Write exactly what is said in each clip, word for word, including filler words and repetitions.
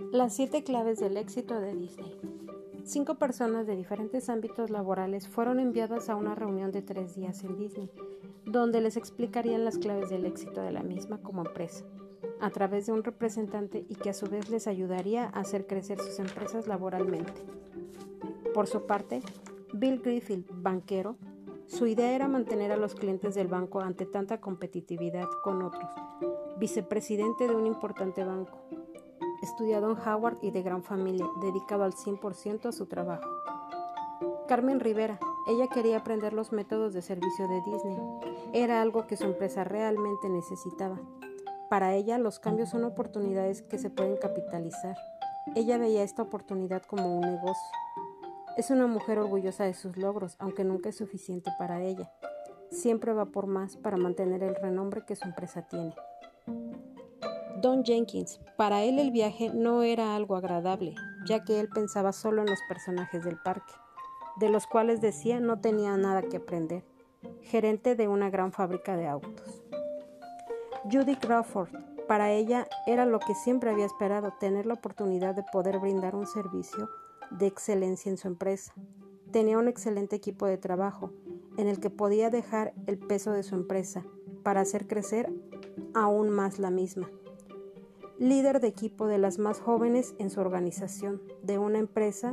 Las siete claves del éxito de Disney. Cinco personas de diferentes ámbitos laborales fueron enviadas a una reunión de tres días en Disney, donde les explicarían las claves del éxito de la misma como empresa, a través de un representante y que a su vez les ayudaría a hacer crecer sus empresas laboralmente. Por su parte, Bill Griffith, banquero, su idea era mantener a los clientes del banco ante tanta competitividad con otros, vicepresidente de un importante banco, estudiado en Harvard y de gran familia, dedicado al cien por ciento a su trabajo. Carmen Rivera, ella quería aprender los métodos de servicio de Disney. Era algo que su empresa realmente necesitaba. Para ella, los cambios son oportunidades que se pueden capitalizar. Ella veía esta oportunidad como un negocio. Es una mujer orgullosa de sus logros, aunque nunca es suficiente para ella. Siempre va por más para mantener el renombre que su empresa tiene. Don Jenkins, para él el viaje no era algo agradable, ya que él pensaba solo en los personajes del parque, de los cuales decía no tenía nada que aprender, gerente de una gran fábrica de autos. Judy Crawford, para ella era lo que siempre había esperado, tener la oportunidad de poder brindar un servicio de excelencia en su empresa. Tenía un excelente equipo de trabajo, en el que podía dejar el peso de su empresa para hacer crecer aún más la misma. Líder de equipo de las más jóvenes en su organización, de una empresa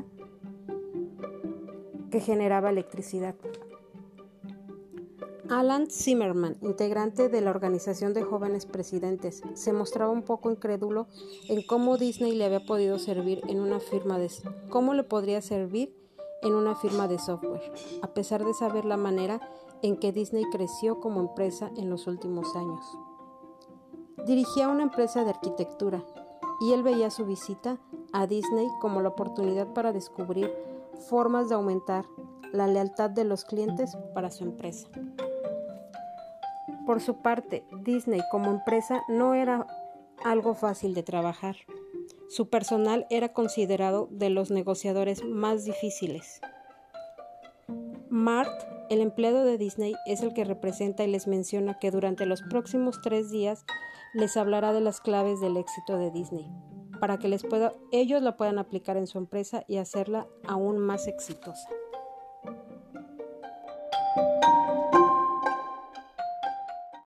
que generaba electricidad. Alan Zimmerman, integrante de la organización de jóvenes presidentes, se mostraba un poco incrédulo en cómo Disney le había podido servir en una firma de cómo le podría servir en una firma de software, a pesar de saber la manera en que Disney creció como empresa en los últimos años. Dirigía una empresa de arquitectura y él veía su visita a Disney como la oportunidad para descubrir formas de aumentar la lealtad de los clientes para su empresa. Por su parte, Disney como empresa no era algo fácil de trabajar. Su personal era considerado de los negociadores más difíciles. Mart, el empleado de Disney, es el que representa y les menciona que durante los próximos tres días les hablará de las claves del éxito de Disney, para que les pueda, ellos la puedan aplicar en su empresa y hacerla aún más exitosa.